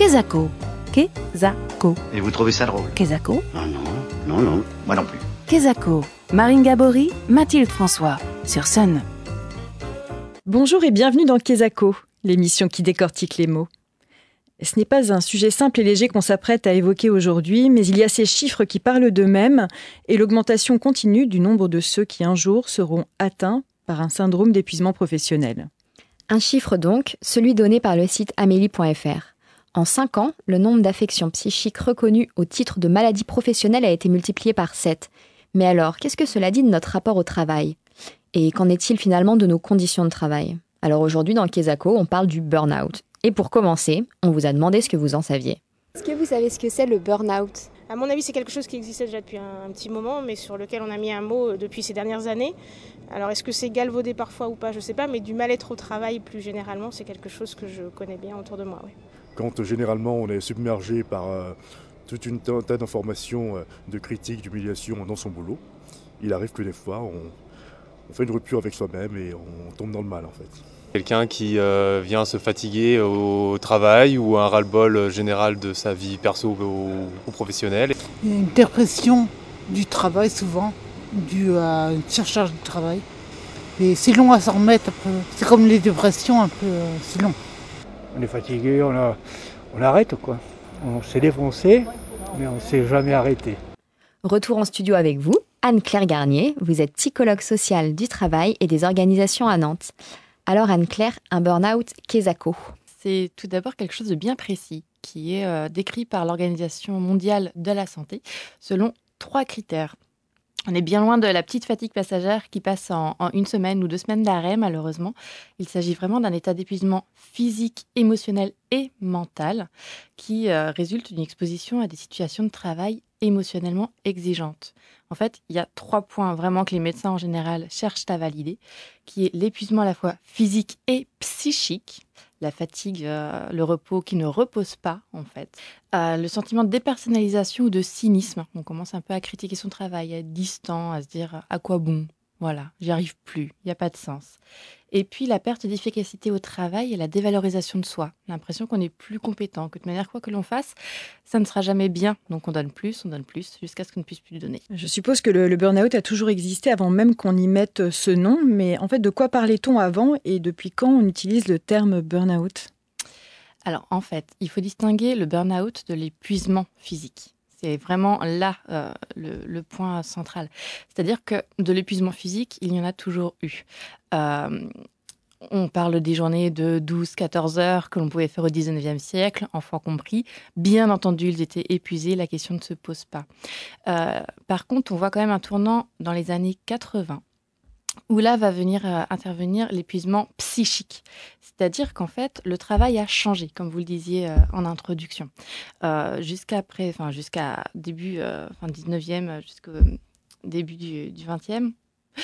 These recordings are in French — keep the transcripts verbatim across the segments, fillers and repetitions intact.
Kezako. Kezako. Et vous trouvez ça drôle? Kezako. Non, non, non, non, moi non plus. Kezako. Marine Gabory, Mathilde François, sur Sun. Bonjour et bienvenue dans Kezako, l'émission qui décortique les mots. Ce n'est pas un sujet simple et léger qu'on s'apprête à évoquer aujourd'hui, mais il y a ces chiffres qui parlent d'eux-mêmes et l'augmentation continue du nombre de ceux qui un jour seront atteints par un syndrome d'épuisement professionnel. Un chiffre donc, celui donné par le site amélie point f r. En cinq ans, le nombre d'affections psychiques reconnues au titre de maladie professionnelle a été multiplié par sept. Mais alors, qu'est-ce que cela dit de notre rapport au travail ? Et qu'en est-il finalement de nos conditions de travail ? Alors aujourd'hui, dans Kezako, on parle du burn-out. Et pour commencer, on vous a demandé ce que vous en saviez. Est-ce que vous savez ce que c'est le burn-out ? À mon avis, c'est quelque chose qui existait déjà depuis un, un petit moment, mais sur lequel on a mis un mot depuis ces dernières années. Alors, est-ce que c'est galvaudé parfois ou pas ? Je ne sais pas, mais du mal-être au travail, plus généralement, c'est quelque chose que je connais bien autour de moi. Oui. Quand euh, généralement on est submergé par euh, toute une tas d'informations, euh, de critiques, d'humiliations dans son boulot, il arrive que des fois on, on fait une rupture avec soi-même et on tombe dans le mal en fait. Quelqu'un qui euh, vient se fatiguer au travail ou un ras-le-bol général de sa vie perso ou, ou professionnelle. Il y a une dépression du travail souvent, due à une surcharge de travail. Et c'est long à s'en remettre un peu. C'est comme les dépressions, un peu, euh, c'est long. On est fatigué, on, a, on arrête quoi. On s'est défoncé, mais on ne s'est jamais arrêté. Retour en studio avec vous, Anne-Claire Garnier. Vous êtes psychologue sociale du travail et des organisations à Nantes. Alors Anne-Claire, un burn-out Kezako. C'est tout d'abord quelque chose de bien précis qui est euh, décrit par l'Organisation mondiale de la santé selon trois critères. On est bien loin de la petite fatigue passagère qui passe en, en une semaine ou deux semaines d'arrêt, malheureusement. Il s'agit vraiment d'un état d'épuisement physique, émotionnel et mental qui euh, résulte d'une exposition à des situations de travail émotionnellement exigeantes. En fait, il y a trois points vraiment que les médecins en général cherchent à valider, qui est l'épuisement à la fois physique et psychique, la fatigue, euh, le repos qui ne repose pas, en fait. Euh, le sentiment de dépersonnalisation ou de cynisme. On commence un peu à critiquer son travail, à être distant, à se dire « à quoi bon ? Voilà, j'y arrive plus, il n'y a pas de sens ». Et puis la perte d'efficacité au travail et la dévalorisation de soi. L'impression qu'on n'est plus compétent, que de manière quoi que l'on fasse, ça ne sera jamais bien. Donc on donne plus, on donne plus, jusqu'à ce qu'on ne puisse plus donner. Je suppose que le, le burn-out a toujours existé avant même qu'on y mette ce nom. Mais en fait, de quoi parlait-on avant et depuis quand on utilise le terme burn-out ? Alors en fait, il faut distinguer le burn-out de l'épuisement physique. C'est vraiment là euh, le, le point central. C'est-à-dire que de l'épuisement physique, il y en a toujours eu. Euh, on parle des journées de douze à quatorze heures que l'on pouvait faire au dix-neuvième siècle, enfants compris. Bien entendu, ils étaient épuisés, la question ne se pose pas. Euh, par contre, on voit quand même un tournant dans les années quatre-vingts, où là va venir euh, intervenir l'épuisement psychique. C'est-à-dire qu'en fait, le travail a changé, comme vous le disiez euh, en introduction. Euh, jusqu'à après, enfin, jusqu'à début, euh, fin dix-neuvième, jusqu'au début du, du vingtième,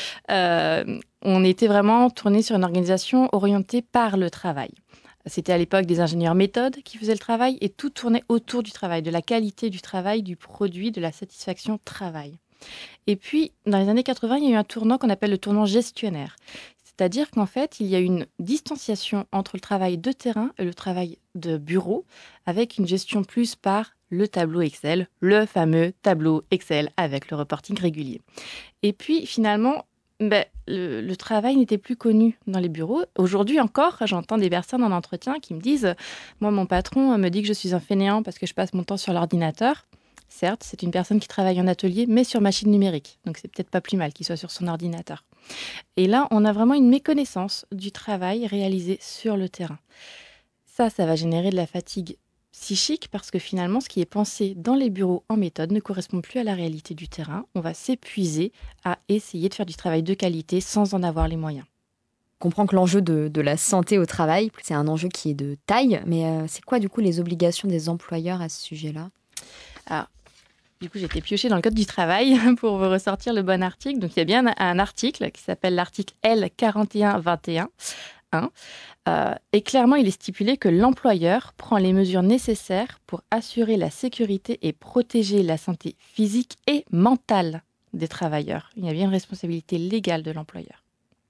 euh, on était vraiment tourné sur une organisation orientée par le travail. C'était à l'époque des ingénieurs méthodes qui faisaient le travail et tout tournait autour du travail, de la qualité du travail, du produit, de la satisfaction travail. Et puis, dans les années quatre-vingts, il y a eu un tournant qu'on appelle le tournant gestionnaire. C'est-à-dire qu'en fait, il y a eu une distanciation entre le travail de terrain et le travail de bureau, avec une gestion plus par le tableau Excel, le fameux tableau Excel avec le reporting régulier. Et puis, finalement, ben, le, le travail n'était plus connu dans les bureaux. Aujourd'hui encore, j'entends des personnes en entretien qui me disent « Moi, mon patron me dit que je suis un fainéant parce que je passe mon temps sur l'ordinateur. » Certes, c'est une personne qui travaille en atelier, mais sur machine numérique. Donc, c'est peut-être pas plus mal qu'il soit sur son ordinateur. Et là, on a vraiment une méconnaissance du travail réalisé sur le terrain. Ça, ça va générer de la fatigue psychique parce que finalement, ce qui est pensé dans les bureaux en méthode ne correspond plus à la réalité du terrain. On va s'épuiser à essayer de faire du travail de qualité sans en avoir les moyens. On comprend que l'enjeu de, de la santé au travail, c'est un enjeu qui est de taille. Mais euh, c'est quoi, du coup, les obligations des employeurs à ce sujet-là ? Alors, du coup, j'ai été piochée dans le Code du travail pour vous ressortir le bon article. Donc, il y a bien un, un article qui s'appelle l'article L quarante et un vingt et un. un. Euh, et clairement, il est stipulé que l'employeur prend les mesures nécessaires pour assurer la sécurité et protéger la santé physique et mentale des travailleurs. Il y a bien une responsabilité légale de l'employeur.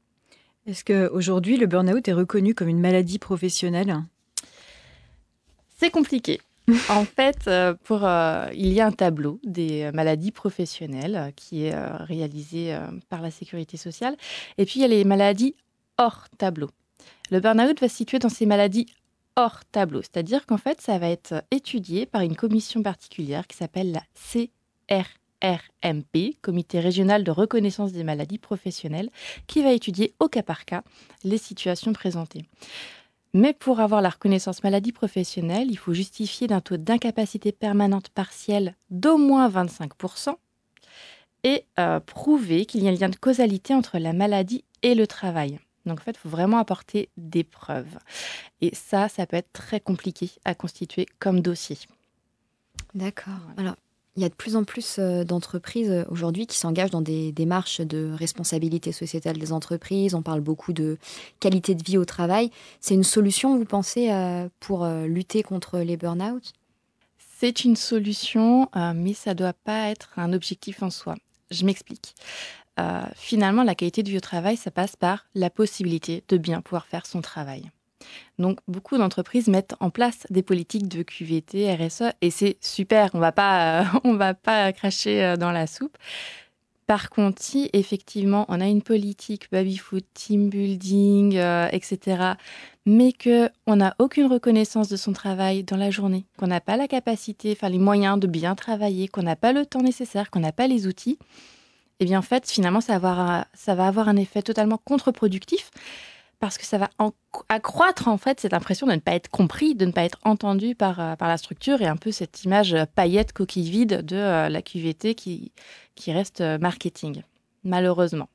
Est-ce qu'aujourd'hui, le burn-out est reconnu comme une maladie professionnelle ? C'est compliqué. En fait, euh, pour, euh, il y a un tableau des maladies professionnelles euh, qui est euh, réalisé euh, par la Sécurité sociale. Et puis, il y a les maladies hors tableau. Le burn-out va se situer dans ces maladies hors tableau. C'est-à-dire qu'en fait, ça va être étudié par une commission particulière qui s'appelle la C R R M P, Comité régional de reconnaissance des maladies professionnelles, qui va étudier au cas par cas les situations présentées. Mais pour avoir la reconnaissance maladie professionnelle, il faut justifier d'un taux d'incapacité permanente partielle d'au moins vingt-cinq pour cent et euh, prouver qu'il y a un lien de causalité entre la maladie et le travail. Donc en fait, il faut vraiment apporter des preuves. Et ça, ça peut être très compliqué à constituer comme dossier. D'accord. Alors, il y a de plus en plus d'entreprises aujourd'hui qui s'engagent dans des démarches de responsabilité sociétale des entreprises. On parle beaucoup de qualité de vie au travail. C'est une solution, vous pensez, pour lutter contre les burn-out ? C'est une solution, mais ça ne doit pas être un objectif en soi. Je m'explique. Euh, finalement, la qualité de vie au travail, ça passe par la possibilité de bien pouvoir faire son travail. Donc, beaucoup d'entreprises mettent en place des politiques de Q V T, R S E, et c'est super, on va pas, euh, on va pas cracher dans la soupe. Par contre, si effectivement, on a une politique baby-foot, team building, euh, et cetera, mais qu'on n'a aucune reconnaissance de son travail dans la journée, qu'on n'a pas la capacité, enfin les moyens de bien travailler, qu'on n'a pas le temps nécessaire, qu'on n'a pas les outils, eh bien en fait, finalement, ça va avoir, ça va avoir un effet totalement contre-productif, parce que ça va en, accroître en fait cette impression de ne pas être compris, de ne pas être entendu par, par la structure, et un peu cette image paillette, coquille vide de euh, la Q V T qui, qui reste marketing, malheureusement.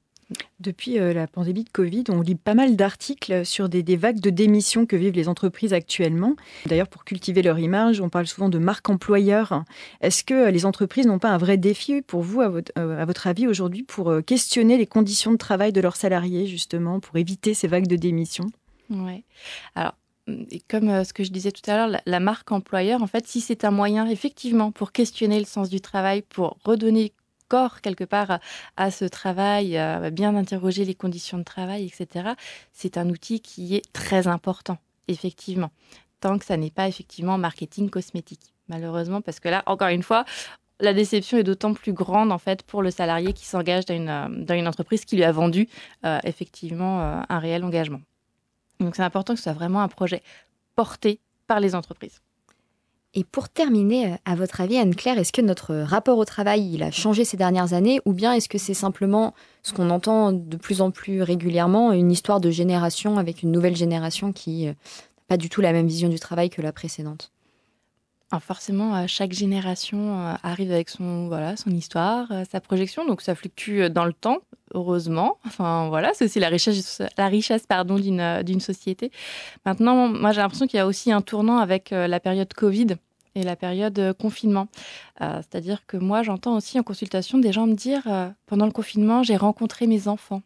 Depuis euh, la pandémie de Covid, on lit pas mal d'articles sur des, des vagues de démissions que vivent les entreprises actuellement. D'ailleurs, pour cultiver leur image, on parle souvent de marque employeur. Est-ce que les entreprises n'ont pas un vrai défi pour vous, à votre, euh, à votre avis, aujourd'hui, pour euh, questionner les conditions de travail de leurs salariés, justement, pour éviter ces vagues de démissions ? Oui. Alors, et comme euh, ce que je disais tout à l'heure, la, la marque employeur, en fait, si c'est un moyen, effectivement, pour questionner le sens du travail, pour redonner corps quelque part à ce travail, à bien interroger les conditions de travail, et cetera, c'est un outil qui est très important, effectivement, tant que ça n'est pas effectivement marketing cosmétique, malheureusement, parce que là, encore une fois, la déception est d'autant plus grande en fait pour le salarié qui s'engage dans une, dans une entreprise qui lui a vendu euh, effectivement euh, un réel engagement. Donc c'est important que ce soit vraiment un projet porté par les entreprises. Et pour terminer, à votre avis, Anne-Claire, est-ce que notre rapport au travail, il a changé ces dernières années, ou bien est-ce que c'est simplement ce qu'on entend de plus en plus régulièrement, une histoire de génération avec une nouvelle génération qui n'a pas du tout la même vision du travail que la précédente ? Alors forcément, chaque génération arrive avec son, voilà, son histoire, sa projection, donc ça fluctue dans le temps, heureusement. Enfin voilà, c'est aussi la richesse, la richesse pardon, d'une, d'une société. Maintenant, moi j'ai l'impression qu'il y a aussi un tournant avec la période Covid et la période confinement. Euh, c'est-à-dire que moi j'entends aussi en consultation des gens me dire euh, pendant le confinement, j'ai rencontré mes enfants.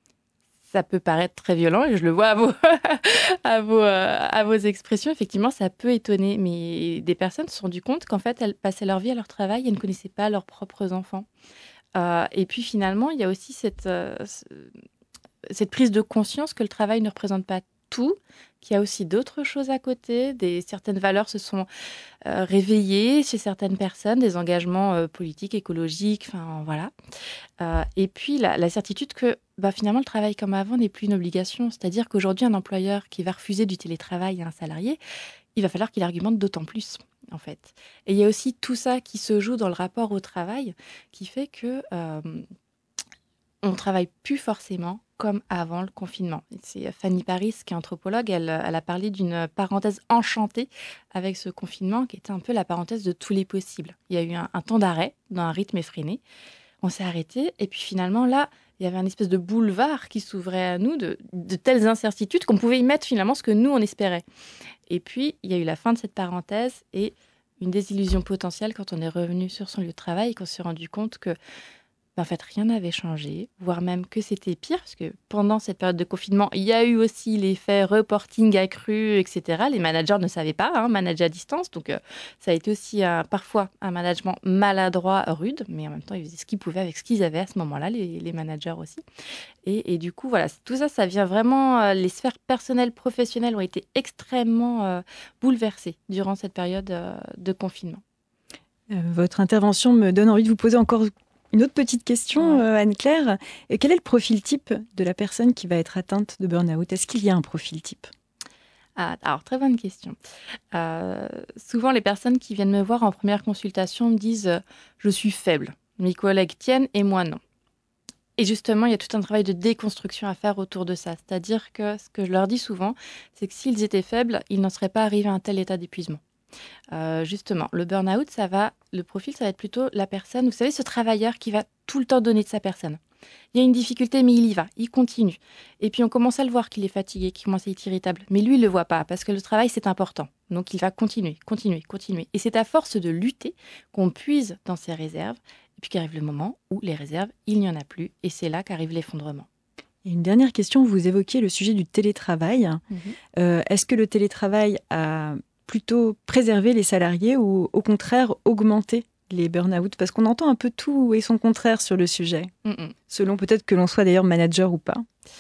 Ça peut paraître très violent et je le vois à vos, à vos, euh, à vos expressions. Effectivement, ça peut étonner. Mais des personnes se sont rendues compte qu'en fait, elles passaient leur vie à leur travail et ne connaissaient pas leurs propres enfants. Euh, et puis finalement, il y a aussi cette, euh, cette prise de conscience que le travail ne représente pas tout, qu'il y a aussi d'autres choses à côté. Des, certaines valeurs se sont euh, réveillées chez certaines personnes, des engagements euh, politiques, écologiques, enfin voilà. Euh, et puis la, la certitude que bah, finalement le travail comme avant n'est plus une obligation. C'est-à-dire qu'aujourd'hui, un employeur qui va refuser du télétravail à un salarié, il va falloir qu'il argumente d'autant plus, en fait. Et il y a aussi tout ça qui se joue dans le rapport au travail, qui fait que euh, on ne travaille plus forcément comme avant le confinement. C'est Fanny Paris, qui est anthropologue, elle, elle a parlé d'une parenthèse enchantée avec ce confinement, qui était un peu la parenthèse de tous les possibles. Il y a eu un, un temps d'arrêt dans un rythme effréné. On s'est arrêté et puis finalement, là, il y avait un espèce de boulevard qui s'ouvrait à nous, de, de telles incertitudes qu'on pouvait y mettre finalement ce que nous, on espérait. Et puis, il y a eu la fin de cette parenthèse et une désillusion potentielle quand on est revenu sur son lieu de travail et qu'on s'est rendu compte que ben, en fait, rien n'avait changé, voire même que c'était pire, parce que pendant cette période de confinement, il y a eu aussi l'effet reporting accru, et cetera. Les managers ne savaient pas hein, manager à distance, donc euh, ça a été aussi euh, parfois un management maladroit, rude, mais en même temps, ils faisaient ce qu'ils pouvaient avec ce qu'ils avaient à ce moment-là, les, les managers aussi. Et, et du coup, voilà, tout ça, ça vient vraiment... Euh, les sphères personnelles, professionnelles ont été extrêmement euh, bouleversées durant cette période euh, de confinement. Euh, votre intervention me donne envie de vous poser encore une autre petite question, ouais. euh, Anne-Claire. Et quel est le profil type de la personne qui va être atteinte de burn-out ? Est-ce qu'il y a un profil type ? Ah, alors, très bonne question. Euh, souvent, les personnes qui viennent me voir en première consultation me disent euh, « je suis faible, mes collègues tiennent et moi non ». Et justement, il y a tout un travail de déconstruction à faire autour de ça. C'est-à-dire que ce que je leur dis souvent, c'est que s'ils étaient faibles, ils n'en seraient pas arrivés à un tel état d'épuisement. Euh, justement, le burn-out, ça va, le profil, ça va être plutôt la personne, vous savez, ce travailleur qui va tout le temps donner de sa personne. Il y a une difficulté, mais il y va, il continue. Et puis on commence à le voir qu'il est fatigué, qu'il commence à être irritable. Mais lui, il ne le voit pas, parce que le travail, c'est important. Donc il va continuer, continuer, continuer. Et c'est à force de lutter qu'on puise dans ses réserves, et puis qu'arrive le moment où les réserves, il n'y en a plus, et c'est là qu'arrive l'effondrement. Et une dernière question, vous évoquiez le sujet du télétravail. Mmh. Euh, est-ce que le télétravail a plutôt préserver les salariés ou au contraire augmenter les burn-out ? Parce qu'on entend un peu tout et son contraire sur le sujet, Mm-mm. selon peut-être que l'on soit d'ailleurs manager ou pas.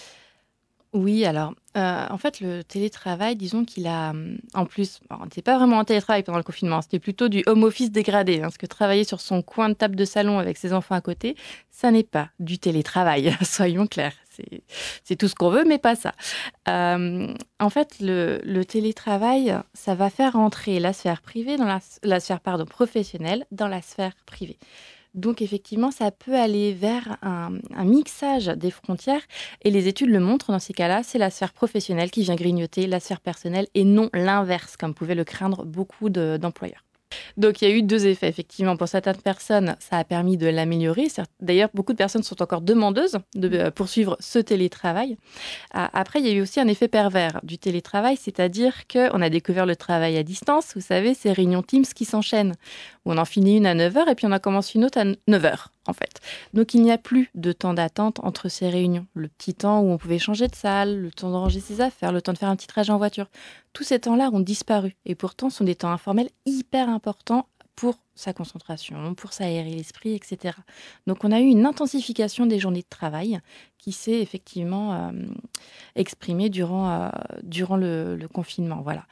Oui, alors, euh, en fait, le télétravail, disons qu'il a, en plus, bon, c'était pas vraiment un télétravail pendant le confinement, c'était plutôt du home office dégradé, hein, parce que travailler sur son coin de table de salon avec ses enfants à côté, ça n'est pas du télétravail, soyons clairs. C'est, c'est tout ce qu'on veut, mais pas ça. Euh, en fait, le, le télétravail, ça va faire entrer la sphère privée dans la, la sphère pardon, professionnelle dans la sphère privée. Donc, effectivement, ça peut aller vers un, un mixage des frontières. Et les études le montrent, dans ces cas-là, c'est la sphère professionnelle qui vient grignoter la sphère personnelle et non l'inverse, comme pouvaient le craindre beaucoup de, d'employeurs. Donc, il y a eu deux effets. Effectivement, pour certaines personnes, ça a permis de l'améliorer. D'ailleurs, beaucoup de personnes sont encore demandeuses de poursuivre ce télétravail. Après, il y a eu aussi un effet pervers du télétravail, c'est-à-dire qu'on a découvert le travail à distance. Vous savez, ces réunions Teams qui s'enchaînent, où on en finit une à neuf heures et puis on en commence une autre à neuf heures, en fait. Donc, il n'y a plus de temps d'attente entre ces réunions. Le petit temps où on pouvait changer de salle, le temps de ranger ses affaires, le temps de faire un petit trajet en voiture. Tous ces temps-là ont disparu et pourtant sont des temps informels hyper importants pour sa concentration, pour s'aérer l'esprit, et cetera. Donc, on a eu une intensification des journées de travail qui s'est effectivement euh, exprimée durant, euh, durant le, le confinement. Voilà.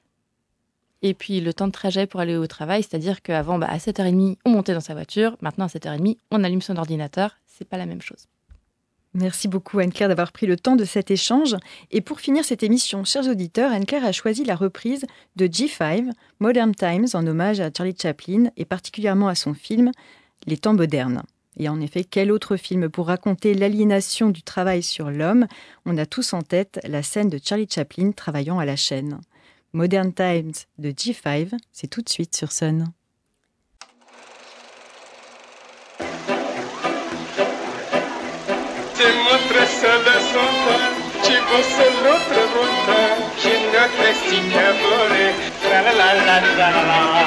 Et puis, le temps de trajet pour aller au travail, c'est-à-dire qu'avant, bah, à sept heures trente, on montait dans sa voiture. Maintenant, à sept heures trente, on allume son ordinateur. C'est pas la même chose. Merci beaucoup Anne-Claire d'avoir pris le temps de cet échange. Et pour finir cette émission, chers auditeurs, Anne-Claire a choisi la reprise de G cinq, Modern Times, en hommage à Charlie Chaplin et particulièrement à son film Les temps modernes. Et en effet, quel autre film pour raconter l'aliénation du travail sur l'homme ? On a tous en tête la scène de Charlie Chaplin travaillant à la chaîne. Modern Times de G cinq, c'est tout de suite sur Sun. Dimostra solo ci fosse l'altra volta che non cresti amore tra la la la la la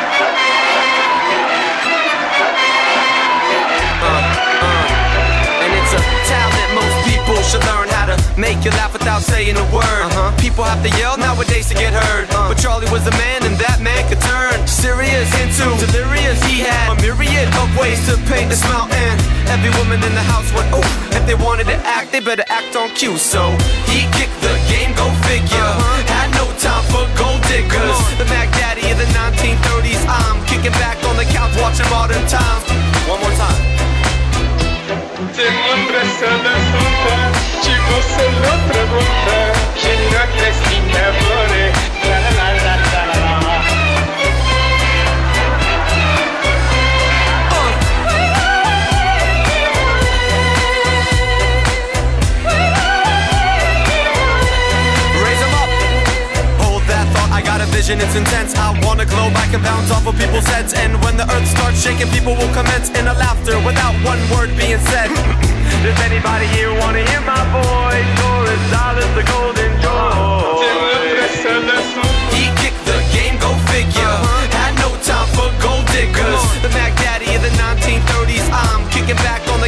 uh, uh, and it's a talent most people should learn how to make you laugh without saying a word. Uh-huh. People have to yell nowadays to get heard, uh. but Charlie was a man and that man could turn serious into delirious. He had a myriad of ways to paint a smile, and every woman in the house went, oh, if they wanted to act, they better act on cue. So he kicked the game, go figure. Uh-huh. Had no time for gold diggers. The Mac Daddy of the nineteen thirties. I'm kicking back on the couch watching Modern Times. One more time. Dimostra solo ci fosse l'altra volta che non cresti amore la la la la la la. I got a vision, it's intense. I wanna glow back and bounce off of people's heads. And when the earth starts shaking, people will commence in a laughter without one word being said. Does anybody here wanna hear my voice? Chorus, dollars, the golden joy. He kicked the game, go figure. Uh-huh. Had no time for gold diggers. The Mac Daddy of the nineteen thirties. I'm kicking back on the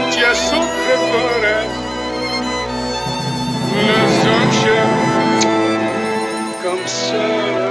Cię sopra fare una sunshine come ça.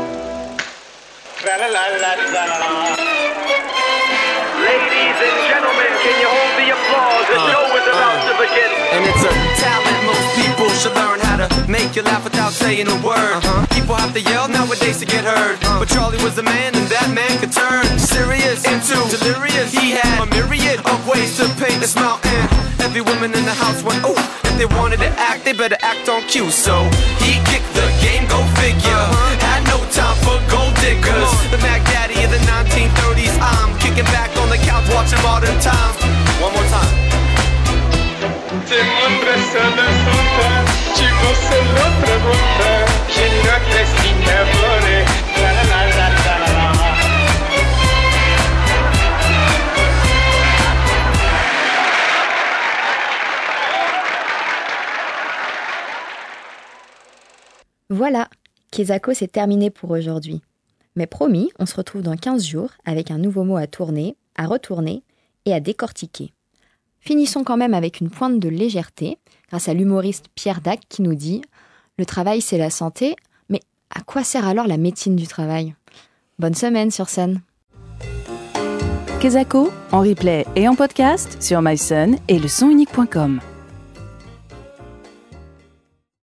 Ladies and gentlemen, can you hold the applause? The show is about to begin. And it's a talent most people should learn how to make you laugh without saying a word. Uh-huh. People have to yell nowadays to get heard. Uh-huh. But Charlie was a man and that man could turn serious into delirious. He had a myriad of ways to paint a smile, and every woman in the house went, ooh. If they wanted to act, they better act on cue. So he kicked the game, go figure. Uh-huh. Had no time for gold diggers. The Mac Daddy of the nineteen thirties. I'm kicking back on the couch watching Modern Times. One more time. Te m'embrassa d'un sonta, ci fosse l'altra volta, j'ai una crestina flore, la la la la la la la. Voilà, Kezako, c'est terminé pour aujourd'hui. Mais promis, on se retrouve dans quinze jours avec un nouveau mot à tourner, à retourner et à décortiquer. Finissons quand même avec une pointe de légèreté, grâce à l'humoriste Pierre Dac qui nous dit « Le travail, c'est la santé, mais à quoi sert alors la médecine du travail ?» Bonne semaine sur scène. Kezako, en replay et en podcast sur myson et le son unique point com.